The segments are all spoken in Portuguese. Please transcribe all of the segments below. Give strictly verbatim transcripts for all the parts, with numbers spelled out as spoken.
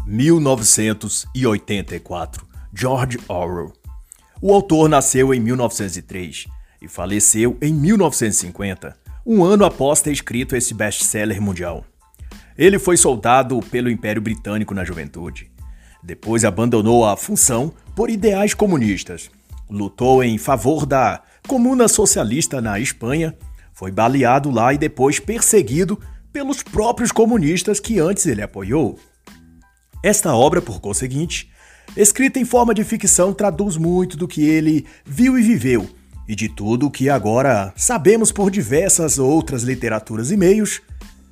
mil novecentos e oitenta e quatro, George Orwell. O autor nasceu em mil novecentos e três e faleceu em mil novecentos e cinquenta, um ano após ter escrito esse best-seller mundial. Ele foi soldado pelo Império Britânico na juventude. Depois abandonou a função por ideais comunistas. Lutou em favor da Comuna Socialista na Espanha, foi baleado lá e depois perseguido pelos próprios comunistas que antes ele apoiou. Esta obra, por conseguinte, escrita em forma de ficção, traduz muito do que ele viu e viveu, e de tudo o que agora sabemos por diversas outras literaturas e meios,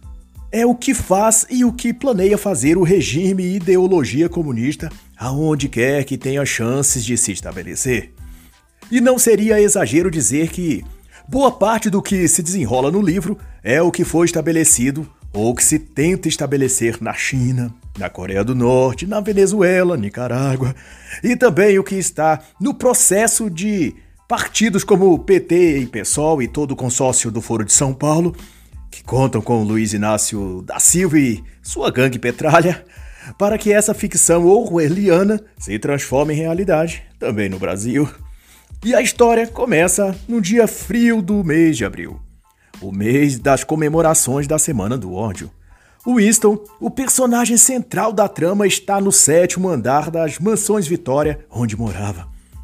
é o que faz e o que planeia fazer o regime e ideologia comunista aonde quer que tenha chances de se estabelecer. E não seria exagero dizer que boa parte do que se desenrola no livro é o que foi estabelecido ou que se tenta estabelecer na China, na Coreia do Norte, na Venezuela, Nicarágua, e também o que está no processo de partidos como o P T e PSOL e todo o consórcio do Foro de São Paulo, que contam com Luiz Inácio da Silva e sua gangue petralha, para que essa ficção orwelliana se transforme em realidade, também no Brasil. E a história começa num dia frio do mês de abril, o mês das comemorações da Semana do Ódio. Winston, o personagem central da trama, está no sétimo andar das Mansões Vitória, onde morava.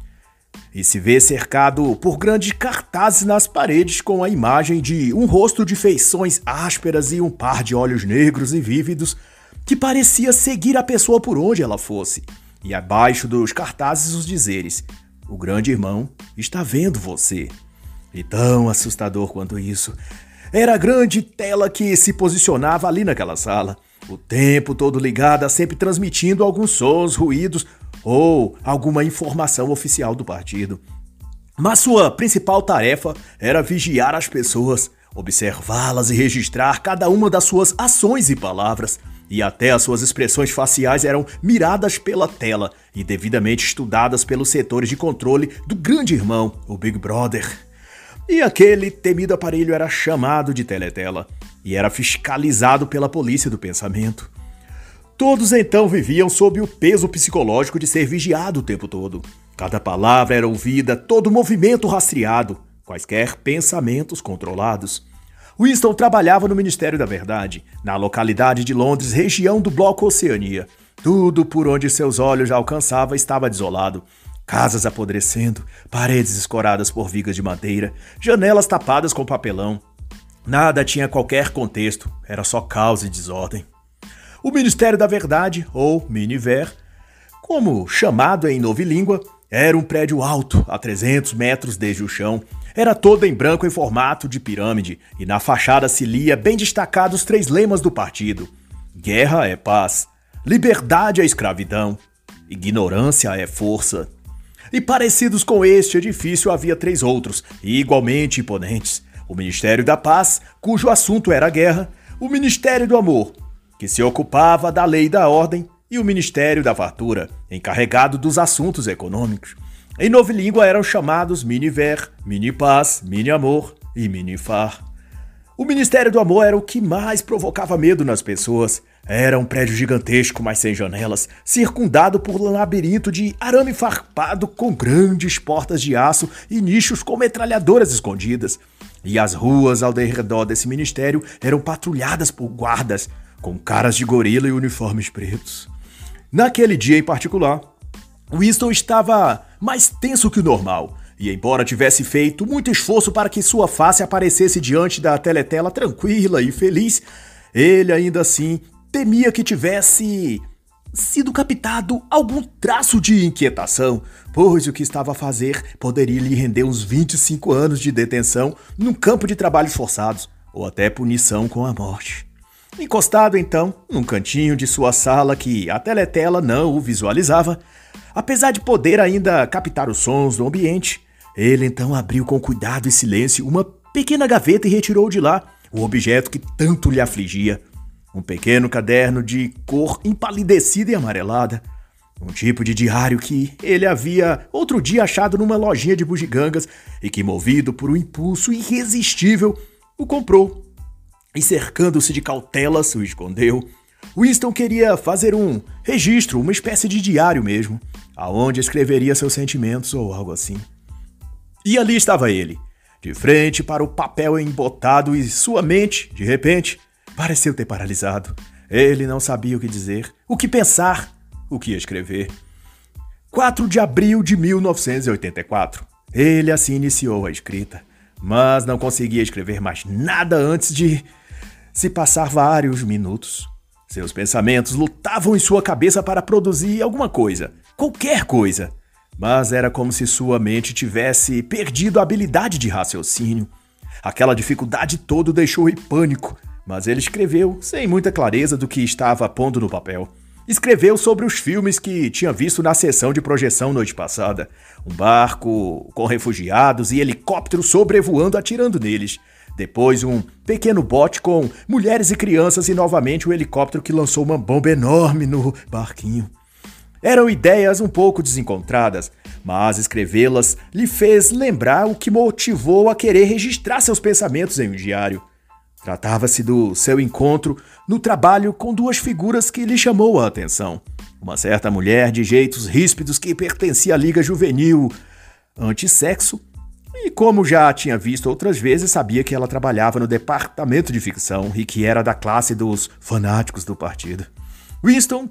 E se vê cercado por grandes cartazes nas paredes com a imagem de um rosto de feições ásperas e um par de olhos negros e vívidos que parecia seguir a pessoa por onde ela fosse. E abaixo dos cartazes os dizeres: "O grande irmão está vendo você." E tão assustador quanto isso era a grande tela que se posicionava ali naquela sala, o tempo todo ligada, sempre transmitindo alguns sons, ruídos ou alguma informação oficial do partido. Mas sua principal tarefa era vigiar as pessoas, observá-las e registrar cada uma das suas ações e palavras, e até as suas expressões faciais eram miradas pela tela e devidamente estudadas pelos setores de controle do grande irmão, o Big Brother. E aquele temido aparelho era chamado de teletela e era fiscalizado pela polícia do pensamento. Todos então viviam sob o peso psicológico de ser vigiado o tempo todo. Cada palavra era ouvida, todo movimento rastreado, quaisquer pensamentos controlados. Winston trabalhava no Ministério da Verdade, na localidade de Londres, região do Bloco Oceania. Tudo por onde seus olhos alcançavam estava desolado. Casas apodrecendo, paredes escoradas por vigas de madeira, janelas tapadas com papelão. Nada tinha qualquer contexto, era só caos e desordem. O Ministério da Verdade, ou Miniver, como chamado em novilíngua, era um prédio alto, a trezentos metros desde o chão. Era todo em branco em formato de pirâmide, e na fachada se lia bem destacados os três lemas do partido: guerra é paz, liberdade é escravidão, ignorância é força. E parecidos com este edifício havia três outros, igualmente imponentes: o Ministério da Paz, cujo assunto era a guerra, o Ministério do Amor, que se ocupava da lei e da ordem, e o Ministério da Fartura, encarregado dos assuntos econômicos. Em novilíngua eram chamados Miniver, Mini-Paz, Mini-Amor e Mini-Far. O Ministério do Amor era o que mais provocava medo nas pessoas. Era um prédio gigantesco, mas sem janelas, circundado por um labirinto de arame farpado com grandes portas de aço e nichos com metralhadoras escondidas. E as ruas ao redor desse ministério eram patrulhadas por guardas, com caras de gorila e uniformes pretos. Naquele dia em particular, Winston estava mais tenso que o normal, e embora tivesse feito muito esforço para que sua face aparecesse diante da teletela tranquila e feliz, ele ainda assim temia que tivesse sido captado algum traço de inquietação, pois o que estava a fazer poderia lhe render uns vinte e cinco anos de detenção num campo de trabalhos forçados, ou até punição com a morte. Encostado então, num cantinho de sua sala que a teletela não o visualizava, apesar de poder ainda captar os sons do ambiente, ele então abriu com cuidado e silêncio uma pequena gaveta e retirou de lá o objeto que tanto lhe afligia. Um pequeno caderno de cor empalidecida e amarelada. Um tipo de diário que ele havia outro dia achado numa lojinha de bugigangas e que, movido por um impulso irresistível, o comprou. E cercando-se de cautelas, o escondeu. Winston queria fazer um registro, uma espécie de diário mesmo, aonde escreveria seus sentimentos ou algo assim. E ali estava ele, de frente para o papel embotado e sua mente, de repente, pareceu ter paralisado. Ele não sabia o que dizer, o que pensar, o que escrever. quatro de abril de mil novecentos e oitenta e quatro. Ele assim iniciou a escrita, mas não conseguia escrever mais nada antes de se passar vários minutos. Seus pensamentos lutavam em sua cabeça para produzir alguma coisa, qualquer coisa. Mas era como se sua mente tivesse perdido a habilidade de raciocínio. Aquela dificuldade toda o deixou em pânico, mas ele escreveu sem muita clareza do que estava pondo no papel. Escreveu sobre os filmes que tinha visto na sessão de projeção noite passada. Um barco com refugiados e helicópteros sobrevoando atirando neles. Depois um pequeno bote com mulheres e crianças e novamente o helicóptero que lançou uma bomba enorme no barquinho. Eram ideias um pouco desencontradas, mas escrevê-las lhe fez lembrar o que motivou a querer registrar seus pensamentos em um diário. Tratava-se do seu encontro no trabalho com duas figuras que lhe chamou a atenção. Uma certa mulher de jeitos ríspidos que pertencia à Liga Juvenil Antissexo e, como já tinha visto outras vezes, sabia que ela trabalhava no departamento de ficção e que era da classe dos fanáticos do partido. Winston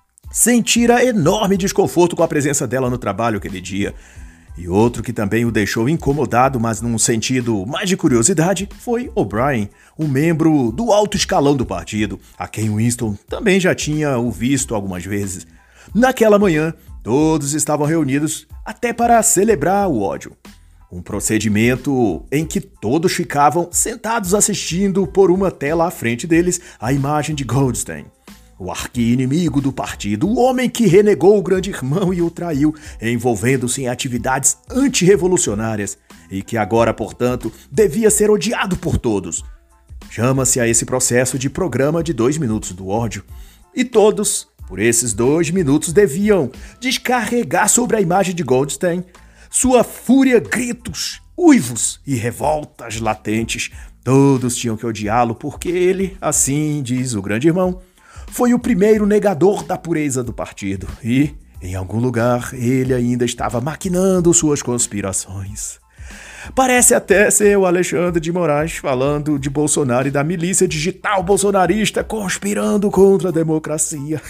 sentira enorme desconforto com a presença dela no trabalho aquele dia. E outro que também o deixou incomodado, mas num sentido mais de curiosidade, foi O'Brien, um membro do alto escalão do partido, a quem Winston também já tinha o visto algumas vezes. Naquela manhã, todos estavam reunidos até para celebrar o ódio. Um procedimento em que todos ficavam sentados assistindo por uma tela à frente deles a imagem de Goldstein. O arqui-inimigo do partido, o homem que renegou o grande irmão e o traiu, envolvendo-se em atividades antirrevolucionárias e que agora, portanto, devia ser odiado por todos. Chama-se a esse processo de programa de dois minutos do ódio. E todos, por esses dois minutos, deviam descarregar sobre a imagem de Goldstein sua fúria, gritos, uivos e revoltas latentes. Todos tinham que odiá-lo porque ele, assim diz o grande irmão, foi o primeiro negador da pureza do partido e, em algum lugar, ele ainda estava maquinando suas conspirações. Parece até ser o Alexandre de Moraes falando de Bolsonaro e da milícia digital bolsonarista conspirando contra a democracia.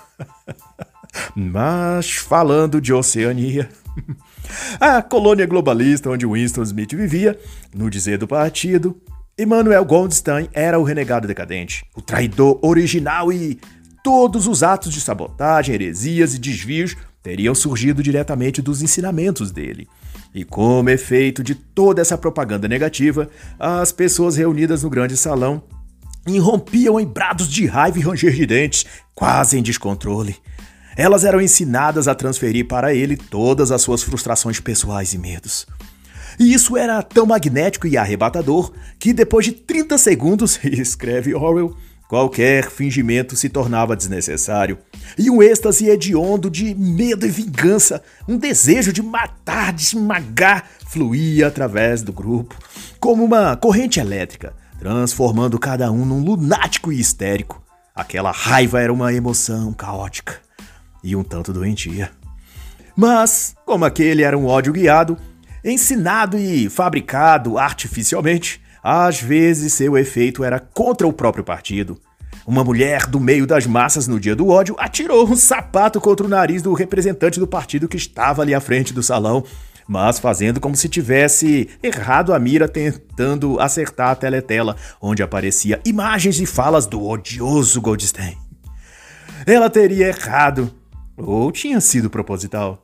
Mas falando de Oceania, a colônia globalista onde Winston Smith vivia, no dizer do partido, Emmanuel Goldstein era o renegado decadente, o traidor original e todos os atos de sabotagem, heresias e desvios teriam surgido diretamente dos ensinamentos dele. E como efeito de toda essa propaganda negativa, as pessoas reunidas no grande salão irrompiam em brados de raiva e ranger de dentes, quase em descontrole. Elas eram ensinadas a transferir para ele todas as suas frustrações pessoais e medos. E isso era tão magnético e arrebatador que depois de trinta segundos, escreve Orwell, qualquer fingimento se tornava desnecessário. E um êxtase hediondo de medo e vingança, um desejo de matar, de esmagar, fluía através do grupo, como uma corrente elétrica, transformando cada um num lunático e histérico. Aquela raiva era uma emoção caótica e um tanto doentia. Mas, como aquele era um ódio guiado, ensinado e fabricado artificialmente, às vezes seu efeito era contra o próprio partido. Uma mulher do meio das massas no dia do ódio atirou um sapato contra o nariz do representante do partido que estava ali à frente do salão, mas fazendo como se tivesse errado a mira tentando acertar a teletela, onde aparecia imagens e falas do odioso Goldstein. Ela teria errado, ou tinha sido proposital.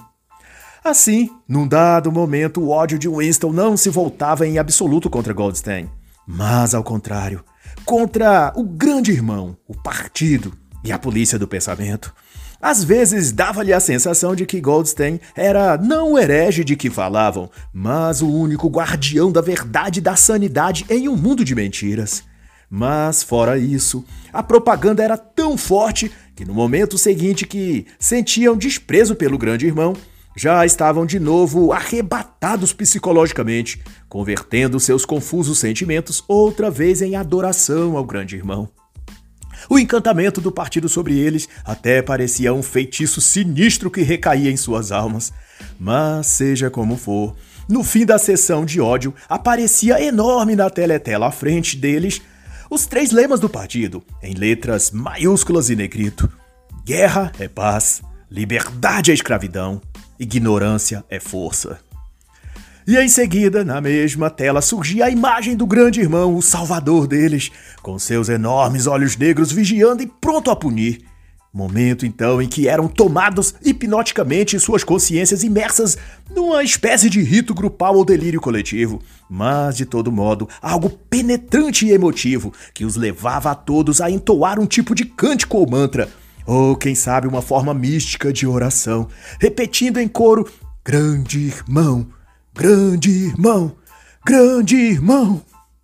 Assim, num dado momento, o ódio de Winston não se voltava em absoluto contra Goldstein, mas, ao contrário, contra o grande irmão, o partido e a polícia do pensamento. Às vezes, dava-lhe a sensação de que Goldstein era não o herege de que falavam, mas o único guardião da verdade e da sanidade em um mundo de mentiras. Mas, fora isso, a propaganda era tão forte que no momento seguinte que sentiam desprezo pelo grande irmão, já estavam de novo arrebatados psicologicamente, convertendo seus confusos sentimentos outra vez em adoração ao grande irmão. O encantamento do partido sobre eles até parecia um feitiço sinistro que recaía em suas almas. Mas, seja como for, no fim da sessão de ódio, aparecia enorme na teletela à frente deles os três lemas do partido, em letras maiúsculas e negrito. Guerra é paz, liberdade é escravidão, ignorância é força. E em seguida, na mesma tela, surgia a imagem do grande irmão, o salvador deles, com seus enormes olhos negros vigiando e pronto a punir. Momento, então, em que eram tomados hipnoticamente e suas consciências imersas numa espécie de rito grupal ou delírio coletivo, mas, de todo modo, algo penetrante e emotivo que os levava a todos a entoar um tipo de cântico ou mantra, ou, quem sabe, uma forma mística de oração, repetindo em coro: grande irmão, grande irmão, grande irmão.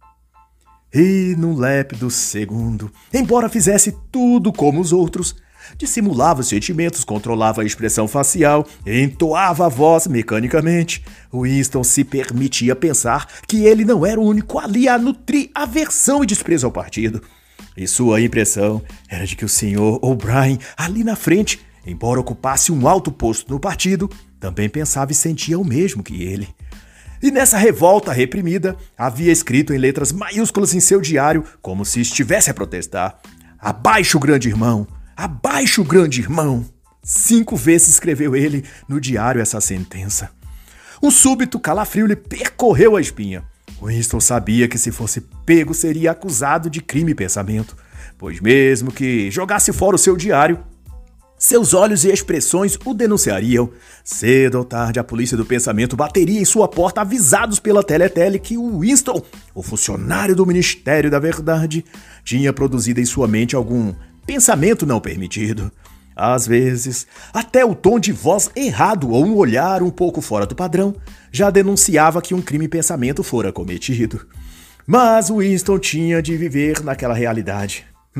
E, num lépido segundo, embora fizesse tudo como os outros, dissimulava os sentimentos, controlava a expressão facial, entoava a voz mecanicamente, Winston se permitia pensar que ele não era o único ali a nutrir aversão e desprezo ao partido. E sua impressão era de que o senhor O'Brien, ali na frente, embora ocupasse um alto posto no partido, também pensava e sentia o mesmo que ele. E nessa revolta reprimida, havia escrito em letras maiúsculas em seu diário, como se estivesse a protestar: abaixo, grande irmão! Abaixo, grande irmão! Cinco vezes escreveu ele no diário essa sentença. Um súbito calafrio lhe percorreu a espinha. Winston sabia que se fosse pego seria acusado de crime e pensamento, pois mesmo que jogasse fora o seu diário, seus olhos e expressões o denunciariam. Cedo ou tarde, a polícia do pensamento bateria em sua porta, avisados pela teletele que o Winston, o funcionário do Ministério da Verdade, tinha produzido em sua mente algum pensamento não permitido. Às vezes, até o tom de voz errado ou um olhar um pouco fora do padrão já denunciava que um crime-pensamento fora cometido. Mas Winston tinha de viver naquela realidade.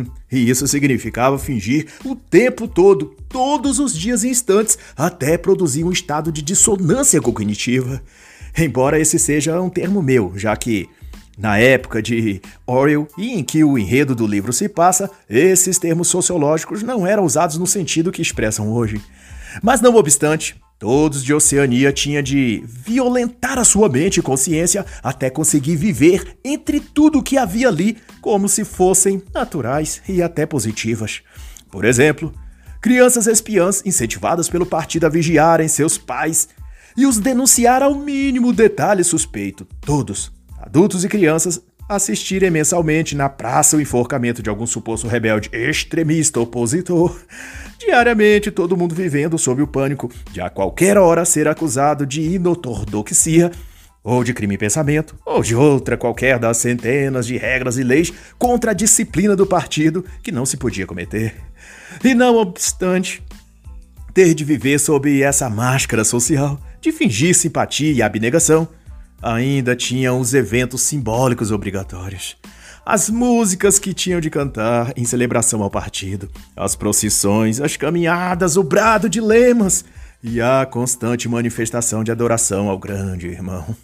E isso significava fingir o tempo todo, todos os dias e instantes, até produzir um estado de dissonância cognitiva. Embora esse seja um termo meu, já que, na época de Orwell e em que o enredo do livro se passa, esses termos sociológicos não eram usados no sentido que expressam hoje. Mas não obstante, todos de Oceania tinham de violentar a sua mente e consciência até conseguir viver entre tudo o que havia ali como se fossem naturais e até positivas. Por exemplo, crianças espiãs incentivadas pelo partido a vigiarem seus pais e os denunciar ao mínimo detalhe suspeito, todos, adultos e crianças, assistirem mensalmente na praça o enforcamento de algum suposto rebelde extremista opositor. Diariamente, todo mundo vivendo sob o pânico de a qualquer hora ser acusado de inotordoxia, ou de crime-pensamento, ou de outra qualquer das centenas de regras e leis contra a disciplina do partido que não se podia cometer. E não obstante ter de viver sob essa máscara social, de fingir simpatia e abnegação, ainda tinham os eventos simbólicos obrigatórios. As músicas que tinham de cantar em celebração ao partido, as procissões, as caminhadas, o brado de lemas e a constante manifestação de adoração ao grande irmão.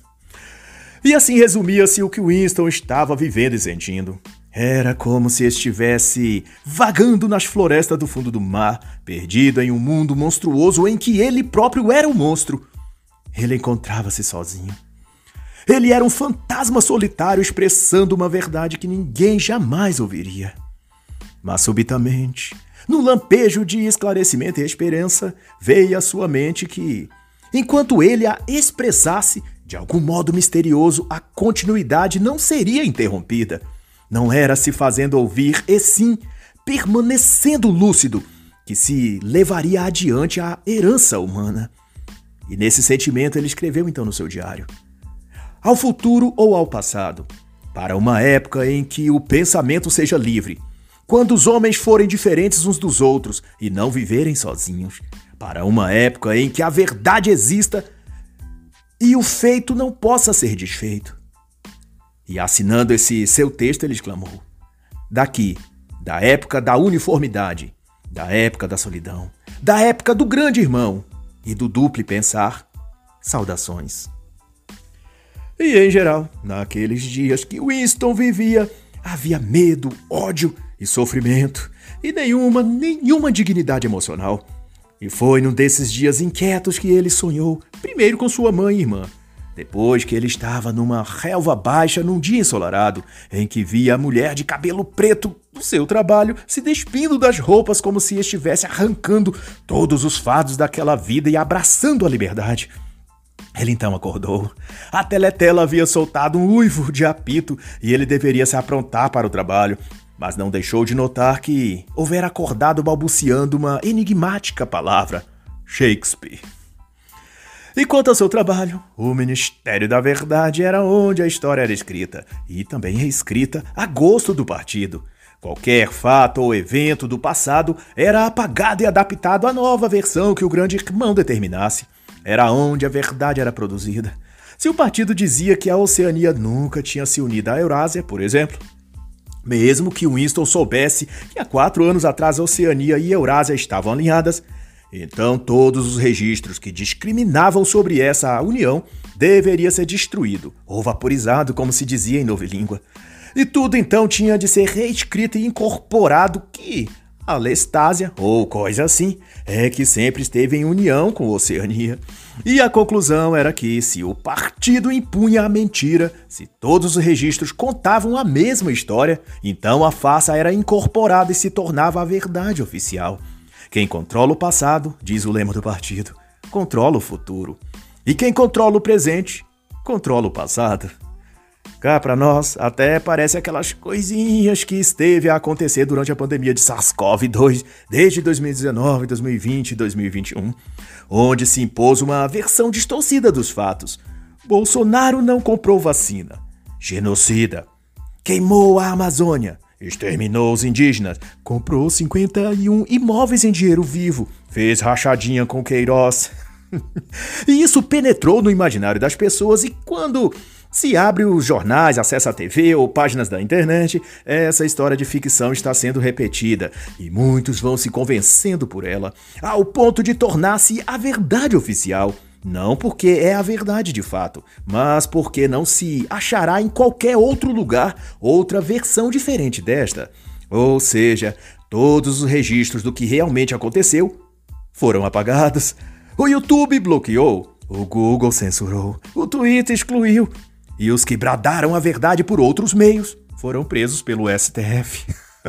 E assim resumia-se o que Winston estava vivendo e sentindo. Era como se estivesse vagando nas florestas do fundo do mar, perdido em um mundo monstruoso em que ele próprio era um monstro. Ele encontrava-se sozinho. Ele era um fantasma solitário expressando uma verdade que ninguém jamais ouviria. Mas subitamente, no lampejo de esclarecimento e esperança, veio à sua mente que, enquanto ele a expressasse, de algum modo misterioso, a continuidade não seria interrompida. Não era se fazendo ouvir, e sim permanecendo lúcido, que se levaria adiante a herança humana. E nesse sentimento ele escreveu então no seu diário: ao futuro ou ao passado, para uma época em que o pensamento seja livre, quando os homens forem diferentes uns dos outros e não viverem sozinhos, para uma época em que a verdade exista e o feito não possa ser desfeito. E assinando esse seu texto, ele exclamou: daqui, da época da uniformidade, da época da solidão, da época do grande irmão e do duplo pensar, saudações. E, em geral, naqueles dias que Winston vivia, havia medo, ódio e sofrimento, e nenhuma, nenhuma dignidade emocional. E foi num desses dias inquietos que ele sonhou, primeiro com sua mãe e irmã, depois que ele estava numa relva baixa num dia ensolarado, em que via a mulher de cabelo preto do seu trabalho se despindo das roupas como se estivesse arrancando todos os fardos daquela vida e abraçando a liberdade. Ele então acordou. A teletela havia soltado um uivo de apito e ele deveria se aprontar para o trabalho, mas não deixou de notar que houvera acordado balbuciando uma enigmática palavra: Shakespeare. E quanto ao seu trabalho, o Ministério da Verdade era onde a história era escrita, e também reescrita a gosto do partido. Qualquer fato ou evento do passado era apagado e adaptado à nova versão que o grande irmão determinasse. Era onde a verdade era produzida. Se o partido dizia que a Oceania nunca tinha se unido à Eurásia, por exemplo, mesmo que Winston soubesse que há quatro anos atrás a Oceania e a Eurásia estavam alinhadas, então todos os registros que discriminavam sobre essa união deveria ser destruído, ou vaporizado, como se dizia em novilíngua. E tudo então tinha de ser reescrito e incorporado que a Lestásia, ou coisa assim, é que sempre esteve em união com a Oceania. E a conclusão era que, se o partido impunha a mentira, se todos os registros contavam a mesma história, então a farsa era incorporada e se tornava a verdade oficial. Quem controla o passado, diz o lema do partido, controla o futuro. E quem controla o presente, controla o passado. Cá pra nós, até parece aquelas coisinhas que esteve a acontecer durante a pandemia de SARS-CoV dois, desde dois mil e dezenove, dois mil e vinte e dois mil e vinte e um, onde se impôs uma versão distorcida dos fatos. Bolsonaro não comprou vacina. Genocida. Queimou a Amazônia. Exterminou os indígenas. Comprou cinquenta e um imóveis em dinheiro vivo. Fez rachadinha com Queiroz. E isso penetrou no imaginário das pessoas e quando se abre os jornais, acessa a T V ou páginas da internet, essa história de ficção está sendo repetida e muitos vão se convencendo por ela, ao ponto de tornar-se a verdade oficial. Não porque é a verdade de fato, mas porque não se achará em qualquer outro lugar outra versão diferente desta. Ou seja, todos os registros do que realmente aconteceu foram apagados. O YouTube bloqueou, o Google censurou, o Twitter excluiu. E os que bradaram a verdade por outros meios foram presos pelo S T F.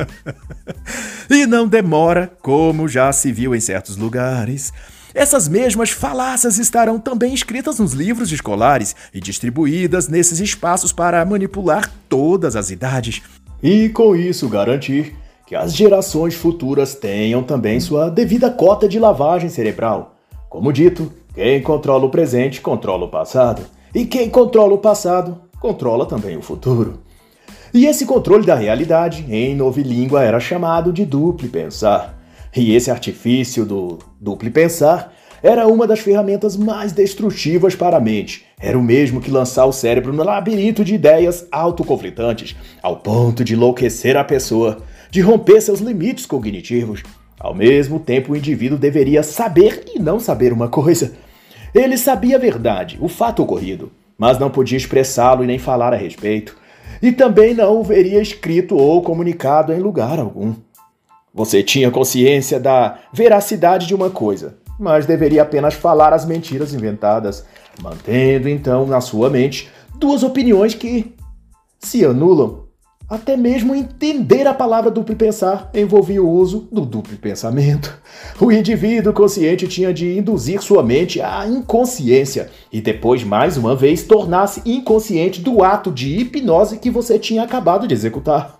E não demora, como já se viu em certos lugares. Essas mesmas falácias estarão também escritas nos livros escolares e distribuídas nesses espaços para manipular todas as idades. E com isso garantir que as gerações futuras tenham também sua devida cota de lavagem cerebral. Como dito, quem controla o presente controla o passado. E quem controla o passado, controla também o futuro. E esse controle da realidade, em novilíngua, era chamado de duplo pensar. E esse artifício do duplo pensar era uma das ferramentas mais destrutivas para a mente. Era o mesmo que lançar o cérebro no labirinto de ideias autoconflitantes, ao ponto de enlouquecer a pessoa, de romper seus limites cognitivos. Ao mesmo tempo, o indivíduo deveria saber e não saber uma coisa. Ele sabia a verdade, o fato ocorrido, mas não podia expressá-lo e nem falar a respeito. E também não o veria escrito ou comunicado em lugar algum. Você tinha consciência da veracidade de uma coisa, mas deveria apenas falar as mentiras inventadas, mantendo então na sua mente duas opiniões que se anulam. Até mesmo entender a palavra duplo pensar envolvia o uso do duplo pensamento. O indivíduo consciente tinha de induzir sua mente à inconsciência e depois, mais uma vez, tornar-se inconsciente do ato de hipnose que você tinha acabado de executar.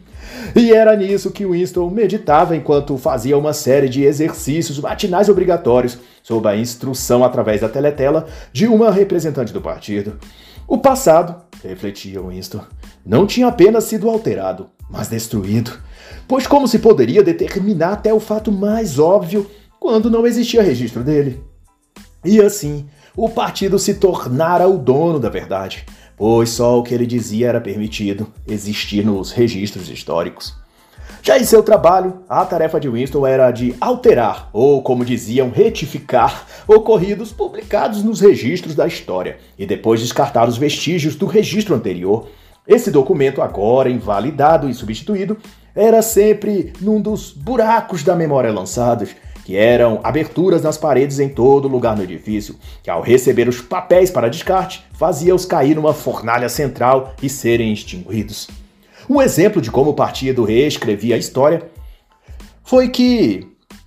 E era nisso que Winston meditava enquanto fazia uma série de exercícios matinais obrigatórios sob a instrução através da teletela de uma representante do partido. O passado, refletia Winston, não tinha apenas sido alterado, mas destruído, pois como se poderia determinar até o fato mais óbvio quando não existia registro dele? E assim, o partido se tornara o dono da verdade, pois só o que ele dizia era permitido existir nos registros históricos. Já em seu trabalho, a tarefa de Winston era de alterar, ou como diziam, retificar, ocorridos publicados nos registros da história, e depois descartar os vestígios do registro anterior, Esse documento, agora invalidado e substituído, era sempre num dos buracos da memória lançados, que eram aberturas nas paredes em todo lugar no edifício, que ao receber os papéis para descarte, fazia-os cair numa fornalha central e serem extinguidos. Um exemplo de como o partido reescrevia a história foi que,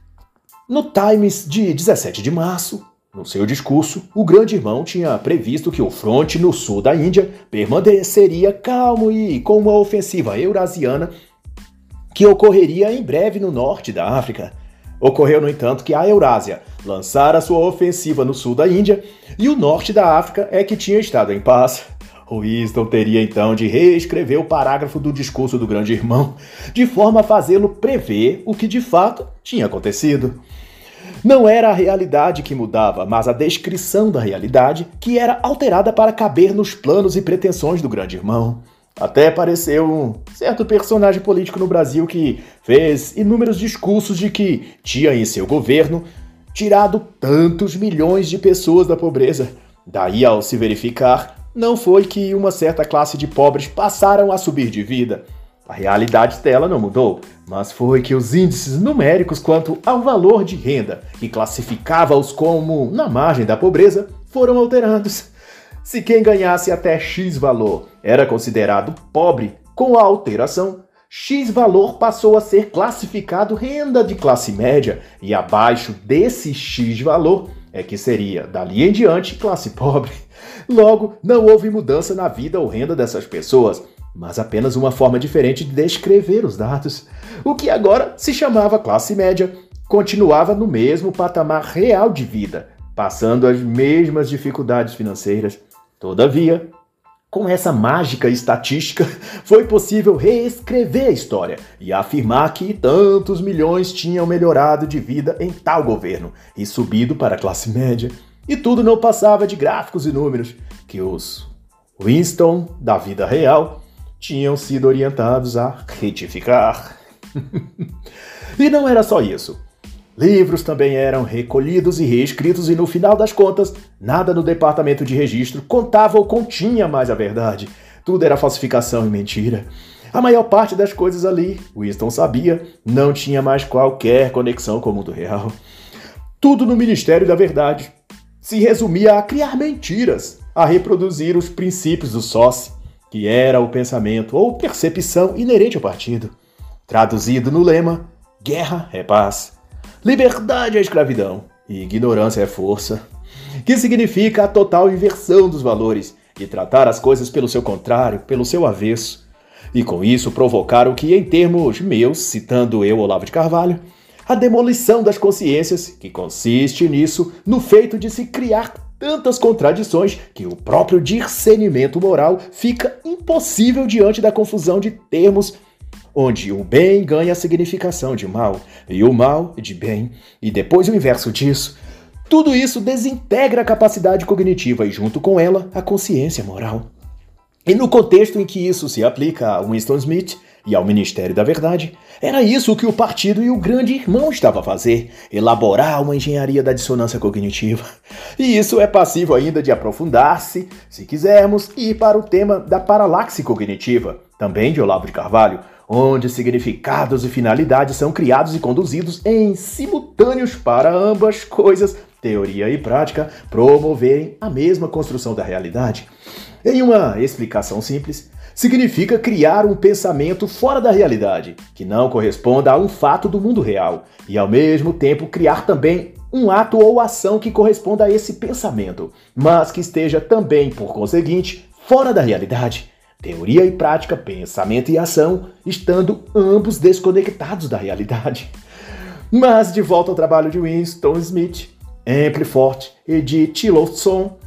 no Times de dezessete de março, no seu discurso, o grande irmão tinha previsto que o fronte no sul da Índia permaneceria calmo e com uma ofensiva eurasiana que ocorreria em breve no norte da África. Ocorreu, no entanto, que a Eurásia lançara sua ofensiva no sul da Índia e o norte da África é que tinha estado em paz. Winston teria então de reescrever o parágrafo do discurso do grande irmão, de forma a fazê-lo prever o que de fato tinha acontecido. Não era a realidade que mudava, mas a descrição da realidade que era alterada para caber nos planos e pretensões do grande irmão. Até apareceu um certo personagem político no Brasil que fez inúmeros discursos de que tinha em seu governo tirado tantos milhões de pessoas da pobreza. Daí, ao se verificar, não foi que uma certa classe de pobres passaram a subir de vida. A realidade dela não mudou, mas foi que os índices numéricos quanto ao valor de renda, que classificava-os como na margem da pobreza, foram alterados. Se quem ganhasse até X valor era considerado pobre, com a alteração, X valor passou a ser classificado renda de classe média, e abaixo desse X valor é que seria, dali em diante, classe pobre. Logo, não houve mudança na vida ou renda dessas pessoas, mas apenas uma forma diferente de descrever os dados. O que agora se chamava classe média continuava no mesmo patamar real de vida, passando as mesmas dificuldades financeiras. Todavia, com essa mágica estatística, foi possível reescrever a história e afirmar que tantos milhões tinham melhorado de vida em tal governo e subido para a classe média. E tudo não passava de gráficos e números, que os Winston da vida real tinham sido orientados a retificar. E não era só isso. Livros também eram recolhidos e reescritos e, no final das contas, nada no departamento de registro contava ou continha mais a verdade. Tudo era falsificação e mentira. A maior parte das coisas ali, Winston sabia, não tinha mais qualquer conexão com o mundo real. Tudo no Ministério da Verdade se resumia a criar mentiras, a reproduzir os princípios do sócio, que era o pensamento ou percepção inerente ao partido. Traduzido no lema, guerra é paz. Liberdade é escravidão e ignorância é força, que significa a total inversão dos valores e tratar as coisas pelo seu contrário, pelo seu avesso. E com isso provocar o que, em termos meus, citando eu, Olavo de Carvalho, a demolição das consciências, que consiste nisso, no feito de se criar tantas contradições que o próprio discernimento moral fica impossível diante da confusão de termos onde o bem ganha a significação de mal, e o mal de bem, e depois o inverso disso. Tudo isso desintegra a capacidade cognitiva e, junto com ela, a consciência moral. E no contexto em que isso se aplica a Winston Smith e ao Ministério da Verdade, era isso que o partido e o grande irmão estavam a fazer, elaborar uma engenharia da dissonância cognitiva. E isso é passível ainda de aprofundar-se, se quisermos, e ir para o tema da paralaxe cognitiva, também de Olavo de Carvalho, onde significados e finalidades são criados e conduzidos em simultâneos para ambas coisas, teoria e prática, promoverem a mesma construção da realidade. Em uma explicação simples, significa criar um pensamento fora da realidade, que não corresponda a um fato do mundo real, e ao mesmo tempo criar também um ato ou ação que corresponda a esse pensamento, mas que esteja também, por conseguinte, fora da realidade. Teoria e prática, pensamento e ação, estando ambos desconectados da realidade. Mas de volta ao trabalho de Winston Smith, Ampleforth e de Tillotson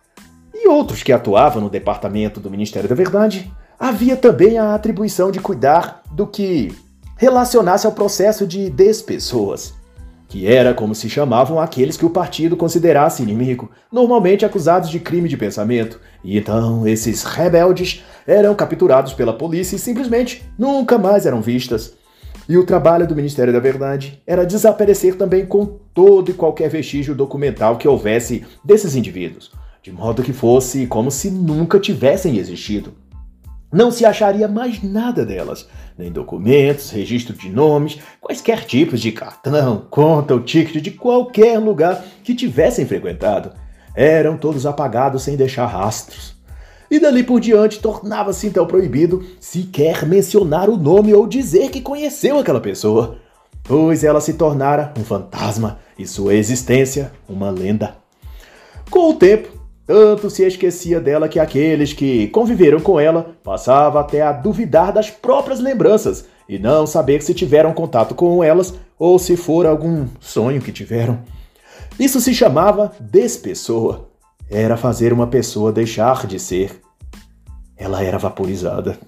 e outros que atuavam no departamento do Ministério da Verdade, havia também a atribuição de cuidar do que relacionasse ao processo de despessoas, que era como se chamavam aqueles que o partido considerasse inimigo, normalmente acusados de crime de pensamento, e então esses rebeldes eram capturados pela polícia e simplesmente nunca mais eram vistas. E o trabalho do Ministério da Verdade era desaparecer também com todo e qualquer vestígio documental que houvesse desses indivíduos, de modo que fosse como se nunca tivessem existido. não se acharia mais nada delas, nem documentos, registro de nomes, quaisquer tipos de cartão, conta ou ticket de qualquer lugar que tivessem frequentado. Eram todos apagados sem deixar rastros. E dali por diante tornava-se então proibido sequer mencionar o nome ou dizer que conheceu aquela pessoa, pois ela se tornara um fantasma e sua existência uma lenda. Com o tempo, tanto se esquecia dela que aqueles que conviveram com ela passavam até a duvidar das próprias lembranças e não saber se tiveram contato com elas ou se for algum sonho que tiveram. Isso se chamava despessoa. Era fazer uma pessoa deixar de ser. Ela era vaporizada.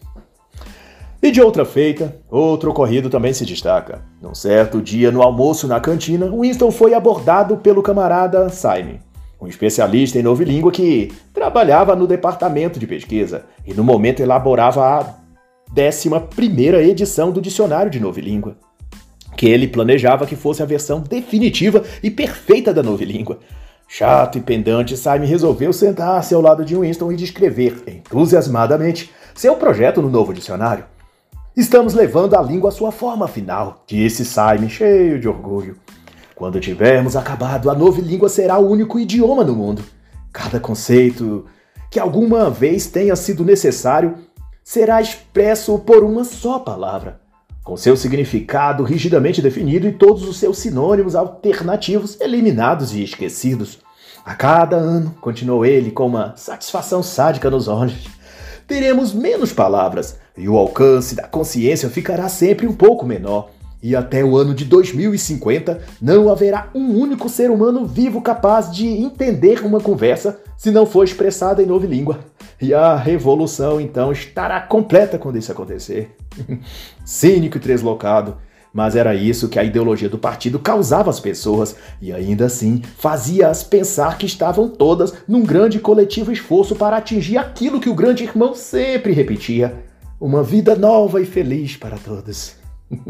E de outra feita, outro ocorrido também se destaca. Num certo dia, no almoço na cantina, Winston foi abordado pelo camarada Simon, um especialista em novilíngua que trabalhava no departamento de pesquisa e no momento elaborava a décima primeira edição do dicionário de novilíngua, que ele planejava que fosse a versão definitiva e perfeita da novilíngua. Chato e pendante, Simon resolveu sentar-se ao lado de Winston e descrever entusiasmadamente seu projeto no novo dicionário. Estamos levando a língua à sua forma final, disse Simon, cheio de orgulho. Quando tivermos acabado, a novilíngua será o único idioma no mundo. Cada conceito que alguma vez tenha sido necessário será expresso por uma só palavra, com seu significado rigidamente definido e todos os seus sinônimos alternativos eliminados e esquecidos. A cada ano, continuou ele com uma satisfação sádica nos olhos, teremos menos palavras e o alcance da consciência ficará sempre um pouco menor. E até o ano de dois mil e cinquenta não haverá um único ser humano vivo capaz de entender uma conversa se não for expressada em novilíngua. E a revolução então estará completa quando isso acontecer. Cínico e deslocado, mas era isso que a ideologia do partido causava às pessoas e ainda assim fazia-as pensar que estavam todas num grande coletivo esforço para atingir aquilo que o grande irmão sempre repetia: uma vida nova e feliz para todos.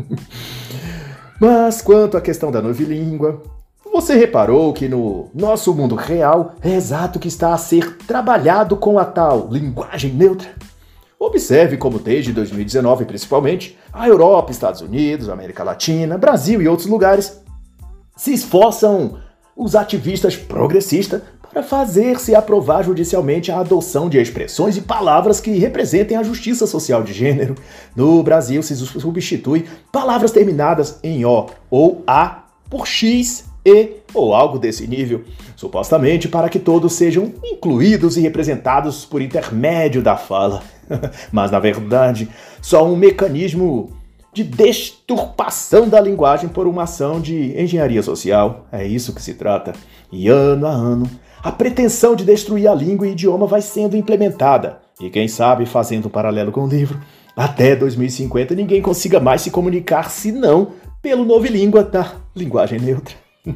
Mas quanto à questão da novilíngua, você reparou que no nosso mundo real é exato o que está a ser trabalhado com a tal linguagem neutra? Observe como desde dois mil e dezenove, principalmente, a Europa, Estados Unidos, América Latina, Brasil e outros lugares se esforçam os ativistas progressistas para fazer-se aprovar judicialmente a adoção de expressões e palavras que representem a justiça social de gênero. No Brasil se substitui palavras terminadas em O ou A por X, E ou algo desse nível, supostamente para que todos sejam incluídos e representados por intermédio da fala. Mas, na verdade, só um mecanismo de deturpação da linguagem por uma ação de engenharia social. É isso que se trata. E ano a ano, a pretensão de destruir a língua e idioma vai sendo implementada. E quem sabe, fazendo um paralelo com o livro, até dois mil e cinquenta ninguém consiga mais se comunicar senão pelo novilíngua da linguagem neutra.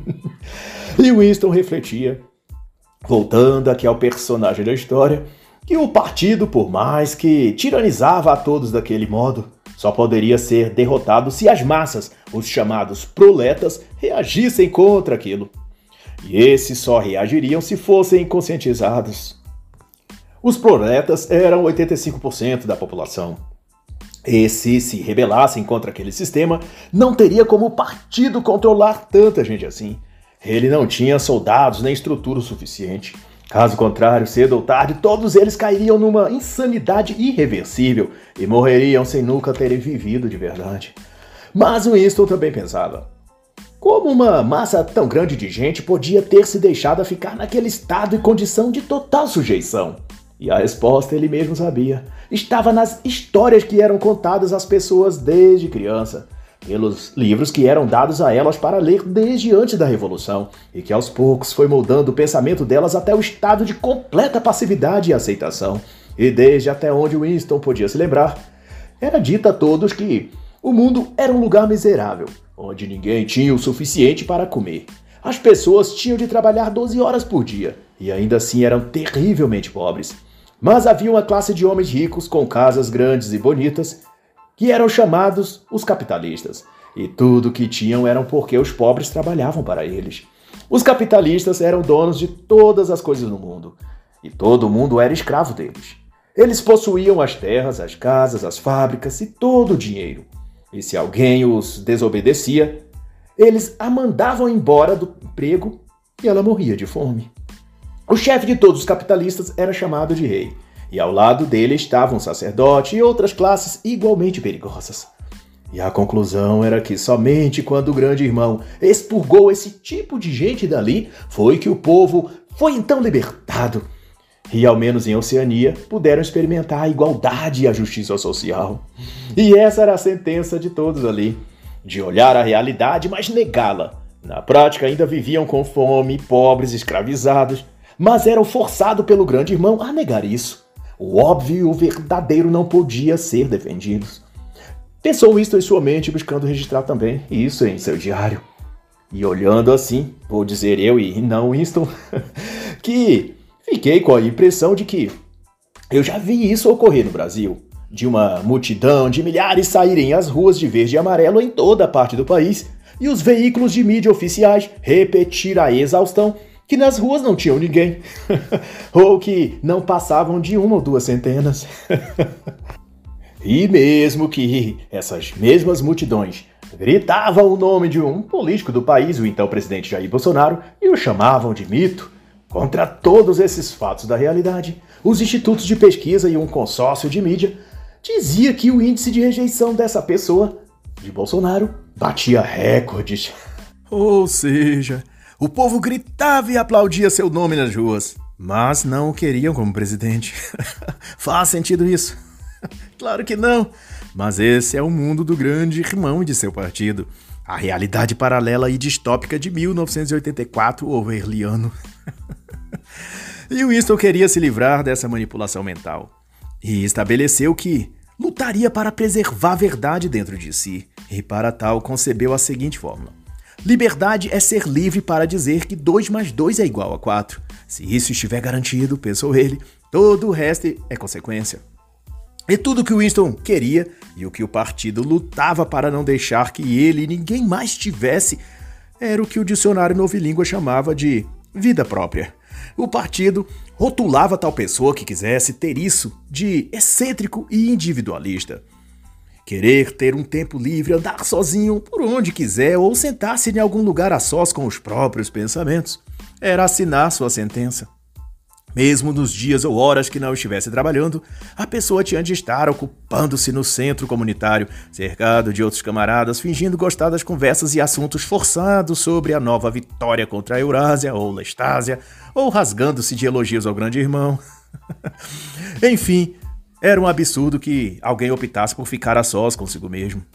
E Winston refletia, voltando aqui ao personagem da história, que o partido, por mais que tiranizava a todos daquele modo, só poderia ser derrotado se as massas, os chamados proletas, reagissem contra aquilo. E esses só reagiriam se fossem conscientizados. Os proletas eram oitenta e cinco por cento da população. E se se rebelassem contra aquele sistema, não teria como o partido controlar tanta gente assim. Ele não tinha soldados nem estrutura o suficiente. Caso contrário, cedo ou tarde, todos eles cairiam numa insanidade irreversível e morreriam sem nunca terem vivido de verdade. Mas Winston também pensava: como uma massa tão grande de gente podia ter se deixado ficar naquele estado e condição de total sujeição? E a resposta ele mesmo sabia. Estava nas histórias que eram contadas às pessoas desde criança, pelos livros que eram dados a elas para ler desde antes da Revolução, e que aos poucos foi moldando o pensamento delas até o estado de completa passividade e aceitação. E desde até onde Winston podia se lembrar, era dito a todos que o mundo era um lugar miserável, onde ninguém tinha o suficiente para comer. As pessoas tinham de trabalhar doze horas por dia, e ainda assim eram terrivelmente pobres. Mas havia uma classe de homens ricos com casas grandes e bonitas, que eram chamados os capitalistas, e tudo o que tinham eram porque os pobres trabalhavam para eles. Os capitalistas eram donos de todas as coisas no mundo, e todo mundo era escravo deles. Eles possuíam as terras, as casas, as fábricas e todo o dinheiro. E se alguém os desobedecia, eles a mandavam embora do emprego e ela morria de fome. O chefe de todos os capitalistas era chamado de rei, e ao lado dele estavam um sacerdote e outras classes igualmente perigosas. E a conclusão era que somente quando o grande irmão expurgou esse tipo de gente dali, foi que o povo foi então libertado. E, ao menos em Oceania, puderam experimentar a igualdade e a justiça social. E essa era a sentença de todos ali, de olhar a realidade, mas negá-la. Na prática, ainda viviam com fome, pobres, escravizados, mas eram forçados pelo grande irmão a negar isso. O óbvio e o verdadeiro não podia ser defendidos. Pensou isto em sua mente, buscando registrar também isso em seu diário. E olhando assim, vou dizer eu e não Winston, que fiquei com a impressão de que eu já vi isso ocorrer no Brasil. De uma multidão de milhares saírem às ruas de verde e amarelo em toda a parte do país e os veículos de mídia oficiais repetir a exaustão que nas ruas não tinham ninguém, ou que não passavam de uma ou duas centenas. E mesmo que essas mesmas multidões gritavam o nome de um político do país, o então presidente Jair Bolsonaro, e o chamavam de mito, contra todos esses fatos da realidade, os institutos de pesquisa e um consórcio de mídia dizia que o índice de rejeição dessa pessoa, de Bolsonaro, batia recordes. Ou seja, o povo gritava e aplaudia seu nome nas ruas, mas não o queriam como presidente. Faz sentido isso? Claro que não, mas esse é o mundo do grande irmão e de seu partido. A realidade paralela e distópica de mil novecentos e oitenta e quatro orwelliano. E Winston queria se livrar dessa manipulação mental e estabeleceu que lutaria para preservar a verdade dentro de si, e para tal concebeu a seguinte fórmula: liberdade é ser livre para dizer que dois mais dois é igual a quatro. Se isso estiver garantido, pensou ele, todo o resto é consequência. E tudo o que Winston queria e o que o partido lutava para não deixar que ele e ninguém mais tivesse era o que o dicionário Novilíngua chamava de vida própria. O partido rotulava tal pessoa que quisesse ter isso de excêntrico e individualista. Querer ter um tempo livre, andar sozinho por onde quiser ou sentar-se em algum lugar a sós com os próprios pensamentos era assinar sua sentença. Mesmo nos dias ou horas que não estivesse trabalhando, a pessoa tinha de estar ocupando-se no centro comunitário, cercado de outros camaradas, fingindo gostar das conversas e assuntos forçados sobre a nova vitória contra a Eurásia ou Lestásia, ou rasgando-se de elogios ao grande irmão. Enfim, era um absurdo que alguém optasse por ficar a sós consigo mesmo.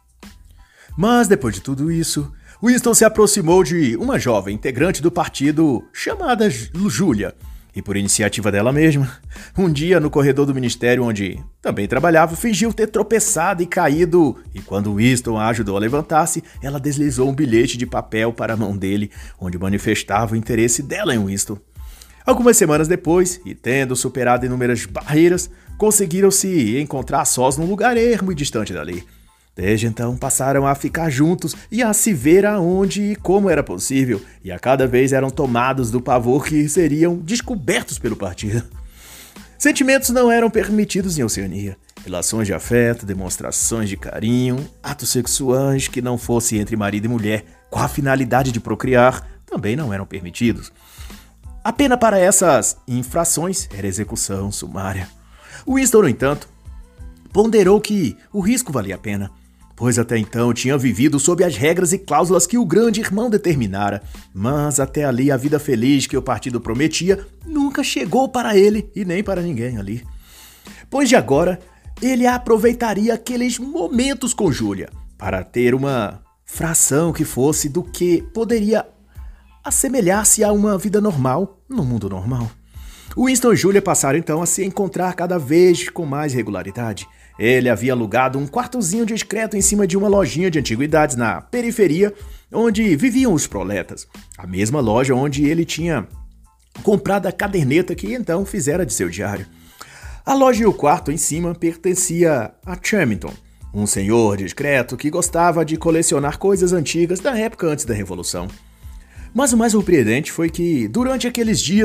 Mas depois de tudo isso, Winston se aproximou de uma jovem integrante do partido chamada Júlia, e por iniciativa dela mesma, um dia no corredor do ministério onde também trabalhava, fingiu ter tropeçado e caído, e quando Winston a ajudou a levantar-se, ela deslizou um bilhete de papel para a mão dele, onde manifestava o interesse dela em Winston. Algumas semanas depois, e tendo superado inúmeras barreiras, conseguiram se encontrar sós num lugar ermo e distante dali. Desde então passaram a ficar juntos e a se ver aonde e como era possível, e a cada vez eram tomados do pavor que seriam descobertos pelo partido. Sentimentos não eram permitidos em Oceania. Relações de afeto, demonstrações de carinho, atos sexuais que não fossem entre marido e mulher, com a finalidade de procriar, também não eram permitidos. A pena para essas infrações era execução sumária. Winston, no entanto, ponderou que o risco valia a pena, pois até então tinha vivido sob as regras e cláusulas que o grande irmão determinara, mas até ali a vida feliz que o partido prometia nunca chegou para ele e nem para ninguém ali. Pois de agora, ele aproveitaria aqueles momentos com Júlia para ter uma fração que fosse do que poderia assemelhar-se a uma vida normal no mundo normal. Winston e Júlia passaram então a se encontrar cada vez com mais regularidade. Ele havia alugado um quartozinho discreto em cima de uma lojinha de antiguidades na periferia, onde viviam os proletas. A mesma loja onde ele tinha comprado a caderneta que então fizera de seu diário. A loja e o quarto em cima pertencia a Chamington, um senhor discreto que gostava de colecionar coisas antigas da época antes da Revolução. Mas o mais surpreendente foi que, durante aqueles dias,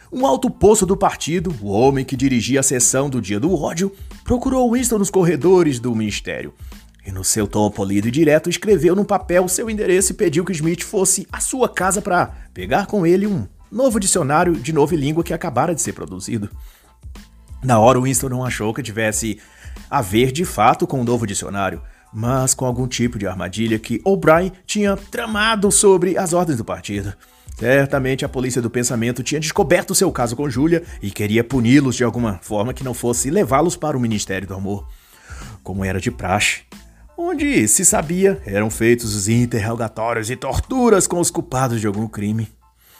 Um alto posto do partido, o homem que dirigia a sessão do Dia do Ódio, procurou Winston nos corredores do ministério. E no seu tom polido e direto, escreveu num papel seu endereço e pediu que Smith fosse à sua casa para pegar com ele um novo dicionário de nova língua que acabara de ser produzido. Na hora, Winston não achou que tivesse a ver de fato com um novo dicionário, mas com algum tipo de armadilha que O'Brien tinha tramado sobre as ordens do partido. Certamente a polícia do pensamento tinha descoberto seu caso com Julia e queria puni-los de alguma forma que não fosse levá-los para o Ministério do Amor, como era de praxe, onde, se sabia, eram feitos os interrogatórios e torturas com os culpados de algum crime.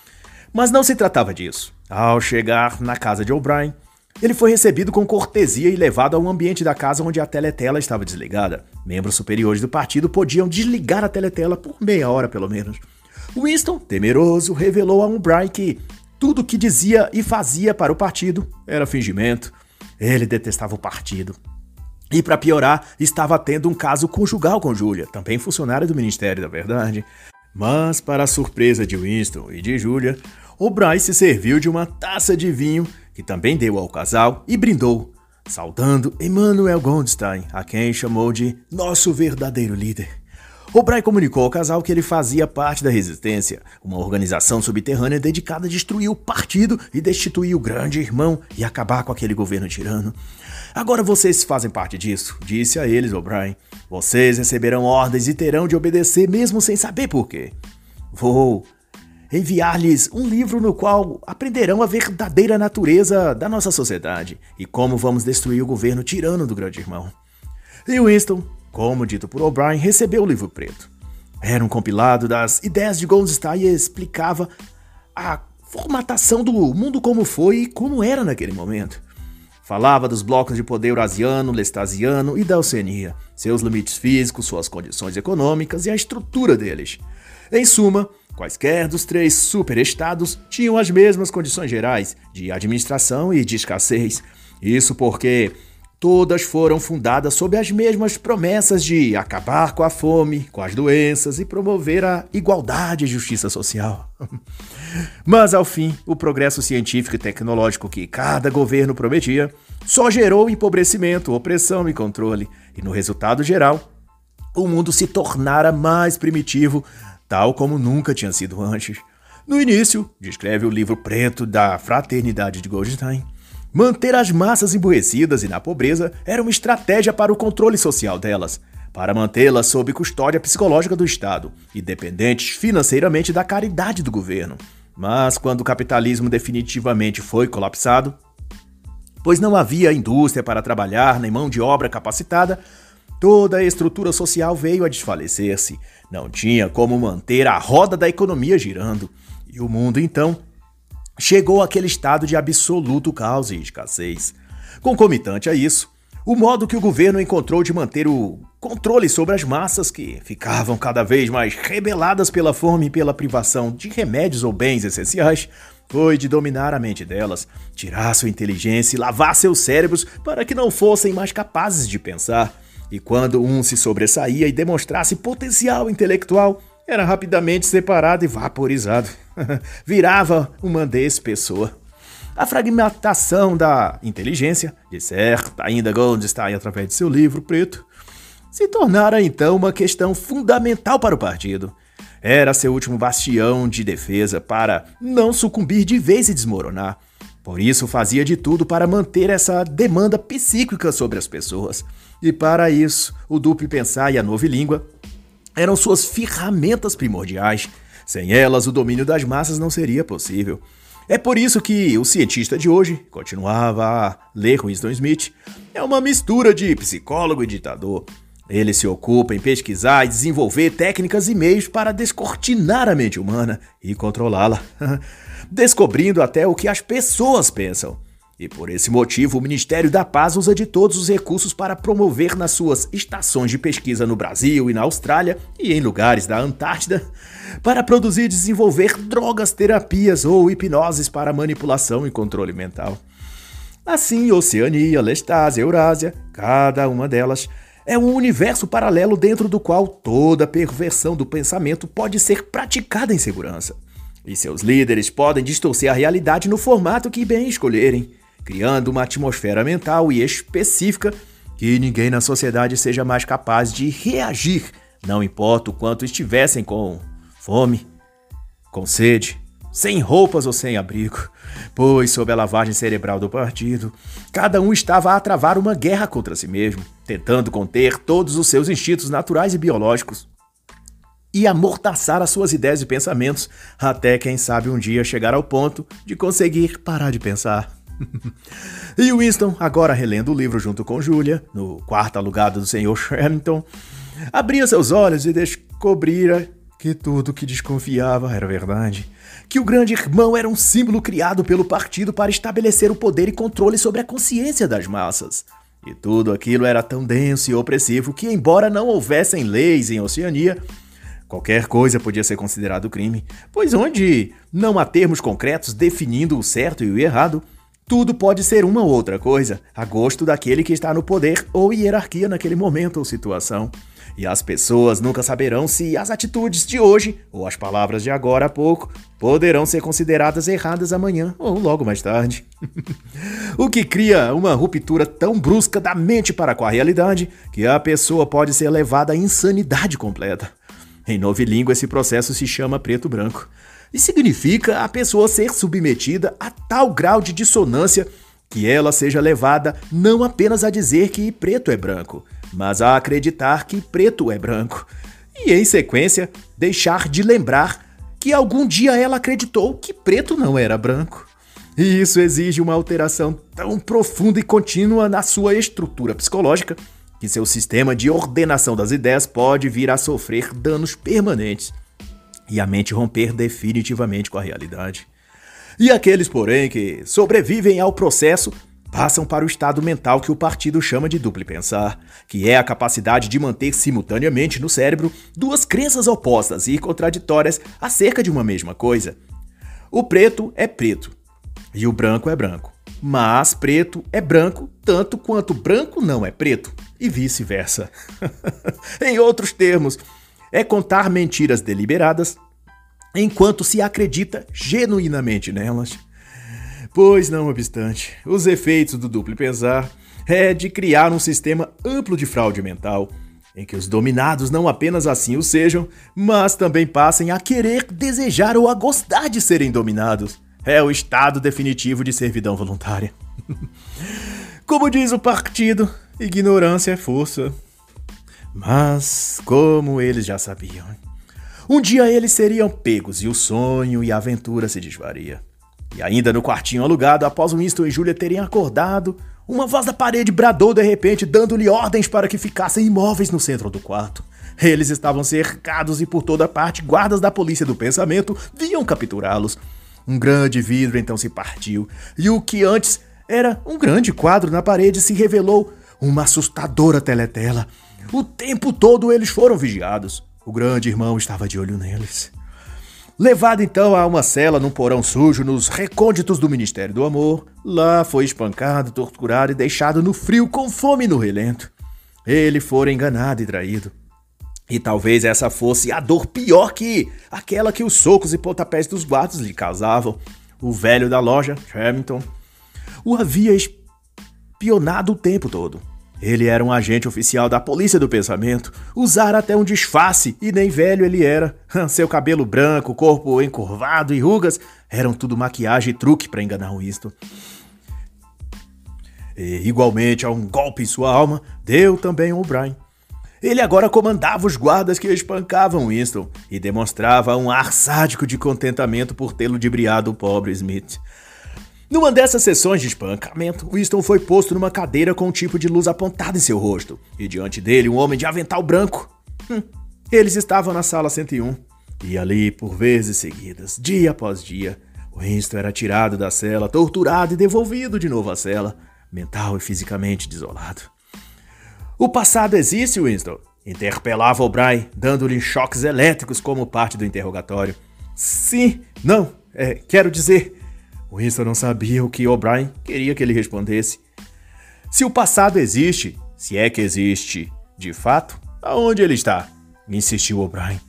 Mas não se tratava disso. Ao chegar na casa de O'Brien, ele foi recebido com cortesia e levado a um ambiente da casa onde a teletela estava desligada. Membros superiores do partido podiam desligar a teletela por meia hora, pelo menos. Winston, temeroso, revelou a O'Brien que tudo o que dizia e fazia para o partido era fingimento. Ele detestava o partido. E, para piorar, estava tendo um caso conjugal com Julia, também funcionária do Ministério da Verdade. Mas, para a surpresa de Winston e de Julia, O'Brien se serviu de uma taça de vinho, que também deu ao casal, e brindou, saudando Emmanuel Goldstein, a quem chamou de nosso verdadeiro líder. O'Brien comunicou ao casal que ele fazia parte da Resistência, uma organização subterrânea dedicada a destruir o partido e destituir o grande irmão e acabar com aquele governo tirano. Agora vocês fazem parte disso, disse a eles O'Brien. Vocês receberão ordens e terão de obedecer mesmo sem saber por quê. Vou enviar-lhes um livro no qual aprenderão a verdadeira natureza da nossa sociedade e como vamos destruir o governo tirano do grande irmão. E Winston, como dito por O'Brien, recebeu o livro preto. Era um compilado das ideias de Goldstein e explicava a formatação do mundo como foi e como era naquele momento. Falava dos blocos de poder eurasiano, lestasiano e da Oceania, seus limites físicos, suas condições econômicas e a estrutura deles. Em suma, quaisquer dos três superestados tinham as mesmas condições gerais de administração e de escassez. Isso porque todas foram fundadas sob as mesmas promessas de acabar com a fome, com as doenças e promover a igualdade e justiça social. Mas, ao fim, o progresso científico e tecnológico que cada governo prometia só gerou empobrecimento, opressão e controle. E, no resultado geral, o mundo se tornara mais primitivo, tal como nunca tinha sido antes. No início, descreve o livro preto da Fraternidade de Goldstein, manter as massas emburrecidas e na pobreza era uma estratégia para o controle social delas, para mantê-las sob custódia psicológica do Estado e dependentes financeiramente da caridade do governo. Mas quando o capitalismo definitivamente foi colapsado, pois não havia indústria para trabalhar nem mão de obra capacitada, toda a estrutura social veio a desfalecer-se. Não tinha como manter a roda da economia girando. E o mundo, então, chegou àquele estado de absoluto caos e escassez. Concomitante a isso, o modo que o governo encontrou de manter o controle sobre as massas que ficavam cada vez mais rebeladas pela fome e pela privação de remédios ou bens essenciais foi de dominar a mente delas, tirar sua inteligência e lavar seus cérebros para que não fossem mais capazes de pensar. E quando um se sobressaía e demonstrasse potencial intelectual, era rapidamente separado e vaporizado. Virava uma despessoa. A fragmentação da inteligência, de certo, ainda Goldstein através de seu livro preto, se tornara então uma questão fundamental para o partido. Era seu último bastião de defesa para não sucumbir de vez e desmoronar. Por isso fazia de tudo para manter essa demanda psíquica sobre as pessoas. E para isso, o duplo pensar e a nova língua eram suas ferramentas primordiais. Sem elas, o domínio das massas não seria possível. É por isso que o cientista de hoje, continuava a ler Winston Smith, é uma mistura de psicólogo e ditador. Ele se ocupa em pesquisar e desenvolver técnicas e meios para descortinar a mente humana e controlá-la, descobrindo até o que as pessoas pensam. E por esse motivo, o Ministério da Paz usa de todos os recursos para promover nas suas estações de pesquisa no Brasil e na Austrália e em lugares da Antártida, para produzir e desenvolver drogas, terapias ou hipnoses para manipulação e controle mental. Assim, Oceania, Lestásia, Eurásia, cada uma delas é um universo paralelo dentro do qual toda perversão do pensamento pode ser praticada em segurança. E seus líderes podem distorcer a realidade no formato que bem escolherem, criando uma atmosfera mental e específica que ninguém na sociedade seja mais capaz de reagir, não importa o quanto estivessem com fome, com sede, sem roupas ou sem abrigo, pois sob a lavagem cerebral do partido, cada um estava a travar uma guerra contra si mesmo, tentando conter todos os seus instintos naturais e biológicos e amordaçar as suas ideias e pensamentos, até quem sabe um dia chegar ao ponto de conseguir parar de pensar. E Winston, agora relendo o livro junto com Julia, no quarto alugado do senhor Sherrington, abria seus olhos e descobrira que tudo que desconfiava era verdade. Que o grande irmão era um símbolo criado pelo partido para estabelecer o poder e controle sobre a consciência das massas. E tudo aquilo era tão denso e opressivo que, embora não houvessem leis em Oceania, qualquer coisa podia ser considerado crime, pois onde não há termos concretos definindo o certo e o errado, tudo pode ser uma ou outra coisa, a gosto daquele que está no poder ou hierarquia naquele momento ou situação. E as pessoas nunca saberão se as atitudes de hoje, ou as palavras de agora há pouco, poderão ser consideradas erradas amanhã ou logo mais tarde. O que cria uma ruptura tão brusca da mente para com a realidade que a pessoa pode ser levada à insanidade completa. Em novilíngua, esse processo se chama preto-branco. E significa a pessoa ser submetida a tal grau de dissonância que ela seja levada não apenas a dizer que preto é branco, mas a acreditar que preto é branco. E, em sequência, deixar de lembrar que algum dia ela acreditou que preto não era branco. E isso exige uma alteração tão profunda e contínua na sua estrutura psicológica que seu sistema de ordenação das ideias pode vir a sofrer danos permanentes e a mente romper definitivamente com a realidade. E aqueles, porém, que sobrevivem ao processo passam para o estado mental que o partido chama de duplo pensar, que é a capacidade de manter simultaneamente no cérebro duas crenças opostas e contraditórias acerca de uma mesma coisa. O preto é preto e o branco é branco, mas preto é branco tanto quanto branco não é preto, e vice-versa. Em outros termos, é contar mentiras deliberadas enquanto se acredita genuinamente nelas. Pois, não obstante, os efeitos do duplo pensar é de criar um sistema amplo de fraude mental, em que os dominados não apenas assim o sejam, mas também passem a querer, desejar ou a gostar de serem dominados. É o estado definitivo de servidão voluntária. Como diz o partido, ignorância é força. Mas, como eles já sabiam, um dia eles seriam pegos e o sonho e a aventura se desvaria. E ainda no quartinho alugado, após Winston e Julia terem acordado, uma voz da parede bradou de repente, dando-lhe ordens para que ficassem imóveis no centro do quarto. Eles estavam cercados e por toda parte guardas da polícia do pensamento vinham capturá-los. Um grande vidro então se partiu, e o que antes era um grande quadro na parede se revelou uma assustadora teletela. O tempo todo eles foram vigiados. O grande irmão estava de olho neles. Levado então a uma cela num porão sujo nos recônditos do Ministério do Amor, lá foi espancado, torturado e deixado no frio com fome no relento. Ele fora enganado e traído. E talvez essa fosse a dor pior que aquela que os socos e pontapés dos guardas lhe causavam. O velho da loja, Hamilton, o havia espionado o tempo todo. Ele era um agente oficial da polícia do pensamento, usara até um disfarce e nem velho ele era. Seu cabelo branco, corpo encurvado e rugas eram tudo maquiagem e truque para enganar Winston. E, igualmente a um golpe em sua alma, deu também O'Brien. Ele agora comandava os guardas que espancavam Winston e demonstrava um ar sádico de contentamento por tê-lo ludibriado o pobre Smith. Numa dessas sessões de espancamento, Winston foi posto numa cadeira com um tipo de luz apontada em seu rosto, e diante dele um homem de avental branco. Hum, eles estavam na sala cento e um, e ali, por vezes seguidas, dia após dia, Winston era tirado da cela, torturado e devolvido de novo à cela, mental e fisicamente desolado. O passado existe, Winston? Interpelava O'Brien, dando-lhe choques elétricos como parte do interrogatório. Sim, não, é, quero dizer... Winston não sabia o que O'Brien queria que ele respondesse. Se o passado existe, se é que existe, de fato, aonde ele está? Insistiu O'Brien.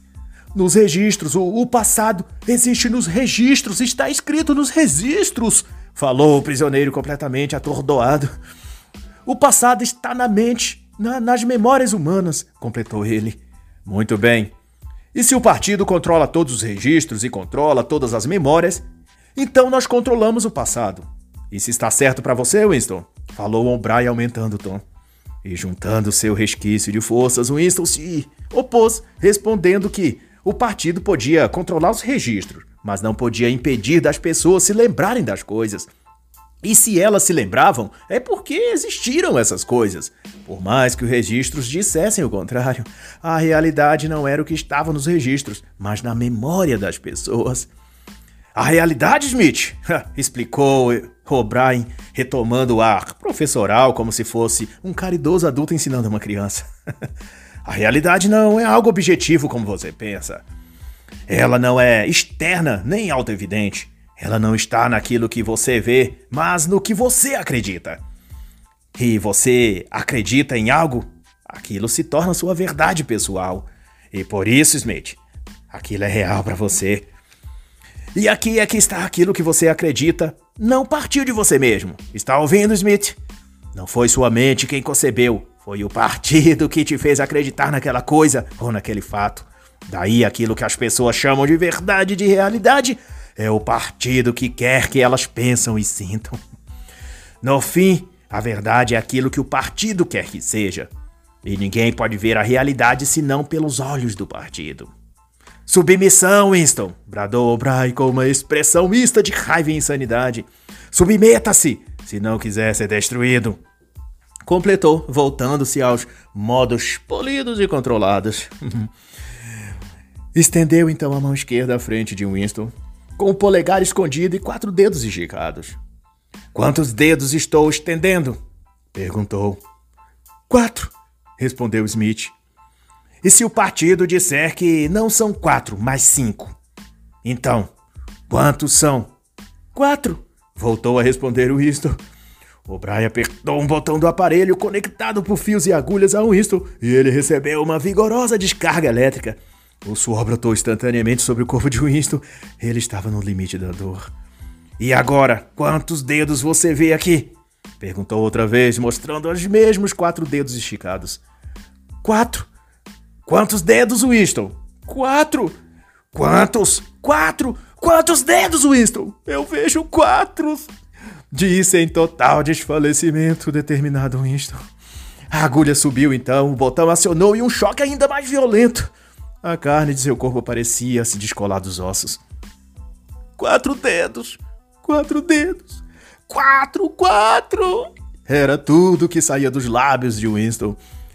Nos registros, o, o passado existe nos registros, está escrito nos registros, falou o prisioneiro completamente atordoado. O passado está na mente, na, nas memórias humanas, completou ele. Muito bem. E se o partido controla todos os registros e controla todas as memórias, então nós controlamos o passado. Isso está certo para você, Winston? Falou O'Brien aumentando o tom. E juntando seu resquício de forças, Winston se opôs, respondendo que o partido podia controlar os registros, mas não podia impedir das pessoas se lembrarem das coisas. E se elas se lembravam, é porque existiram essas coisas. Por mais que os registros dissessem o contrário, a realidade não era o que estava nos registros, mas na memória das pessoas. A realidade, Smith, explicou O'Brien, retomando o ar professoral como se fosse um caridoso adulto ensinando uma criança. A realidade não é algo objetivo como você pensa. Ela não é externa nem autoevidente. Ela não está naquilo que você vê, mas no que você acredita. E você acredita em algo, aquilo se torna sua verdade pessoal. E por isso, Smith, aquilo é real para você. E aqui é que está aquilo que você acredita, não partiu de você mesmo. Está ouvindo, Smith? Não foi sua mente quem concebeu, foi o partido que te fez acreditar naquela coisa ou naquele fato. Daí aquilo que as pessoas chamam de verdade, de realidade, é o partido que quer que elas pensam e sintam. No fim, a verdade é aquilo que o partido quer que seja. E ninguém pode ver a realidade senão pelos olhos do partido. Submissão, Winston! Bradou O'Brien com uma expressão mista de raiva e insanidade. Submeta-se, se não quiser ser destruído. Completou, voltando-se aos modos polidos e controlados. Estendeu então a mão esquerda à frente de Winston, com o polegar escondido e quatro dedos esticados. Quantos dedos estou estendendo? Perguntou. Quatro, respondeu Smith. E se o partido disser que não são quatro, mas cinco? Então, quantos são? Quatro, voltou a responder Winston. O'Brien apertou um botão do aparelho conectado por fios e agulhas a Winston e ele recebeu uma vigorosa descarga elétrica. O suor brotou instantaneamente sobre o corpo de Winston. Ele estava no limite da dor. E agora, quantos dedos você vê aqui? Perguntou outra vez, mostrando os mesmos quatro dedos esticados. Quatro. Quantos dedos, Winston? Quatro. Quantos? Quatro. Quantos dedos, Winston? Eu vejo quatro. Disse em total desfalecimento determinado Winston. A agulha subiu então, o botão acionou e um choque ainda mais violento. A carne de seu corpo parecia se descolar dos ossos. Quatro dedos, quatro dedos, quatro, quatro. Era tudo que saía dos lábios de Winston.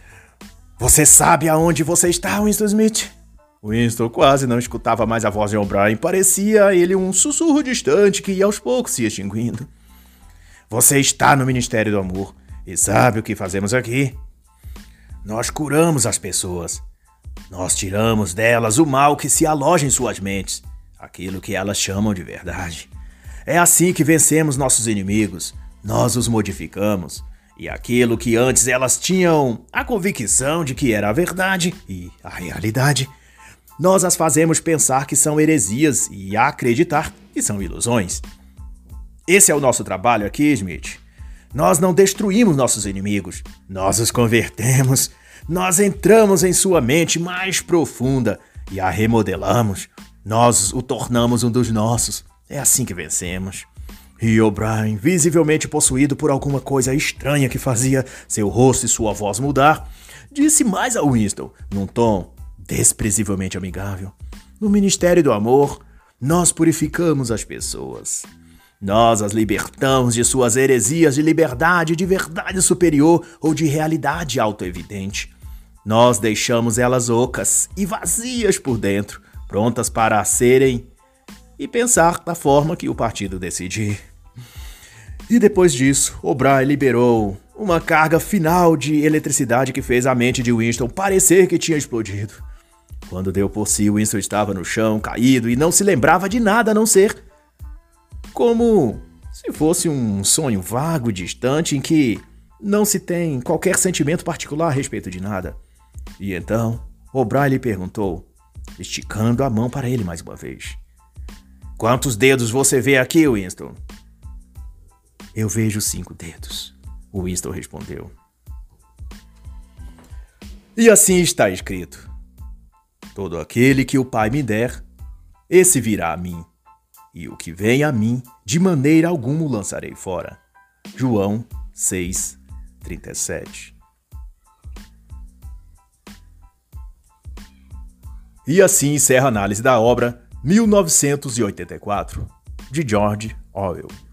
Você sabe aonde você está, Winston Smith? Winston quase não escutava mais a voz de O'Brien. Parecia a ele um sussurro distante que ia aos poucos se extinguindo. Você está no Ministério do Amor e sabe o que fazemos aqui? Nós curamos as pessoas. Nós tiramos delas o mal que se aloja em suas mentes, aquilo que elas chamam de verdade. É assim que vencemos nossos inimigos, nós os modificamos, e aquilo que antes elas tinham a convicção de que era a verdade e a realidade, nós as fazemos pensar que são heresias e acreditar que são ilusões. Esse é o nosso trabalho aqui, Smith. Nós não destruímos nossos inimigos, nós os convertemos. Nós entramos em sua mente mais profunda e a remodelamos. Nós o tornamos um dos nossos. É assim que vencemos. E O'Brien, visivelmente possuído por alguma coisa estranha que fazia seu rosto e sua voz mudar, disse mais a Winston, num tom desprezivelmente amigável. No Ministério do Amor, nós purificamos as pessoas. Nós as libertamos de suas heresias de liberdade, de verdade superior ou de realidade autoevidente. Nós deixamos elas ocas e vazias por dentro, prontas para serem e pensar da forma que o partido decidir. E depois disso, O'Brien liberou uma carga final de eletricidade que fez a mente de Winston parecer que tinha explodido. Quando deu por si, Winston estava no chão, caído, e não se lembrava de nada a não ser como se fosse um sonho vago e distante em que não se tem qualquer sentimento particular a respeito de nada. E então, O'Brien lhe perguntou, esticando a mão para ele mais uma vez. Quantos dedos você vê aqui, Winston? Eu vejo cinco dedos, Winston respondeu. E assim está escrito: todo aquele que o Pai me der, esse virá a mim, e o que vem a mim, de maneira alguma o lançarei fora. João seis, trinta e sete. E assim encerra a análise da obra mil novecentos e oitenta e quatro, de George Orwell.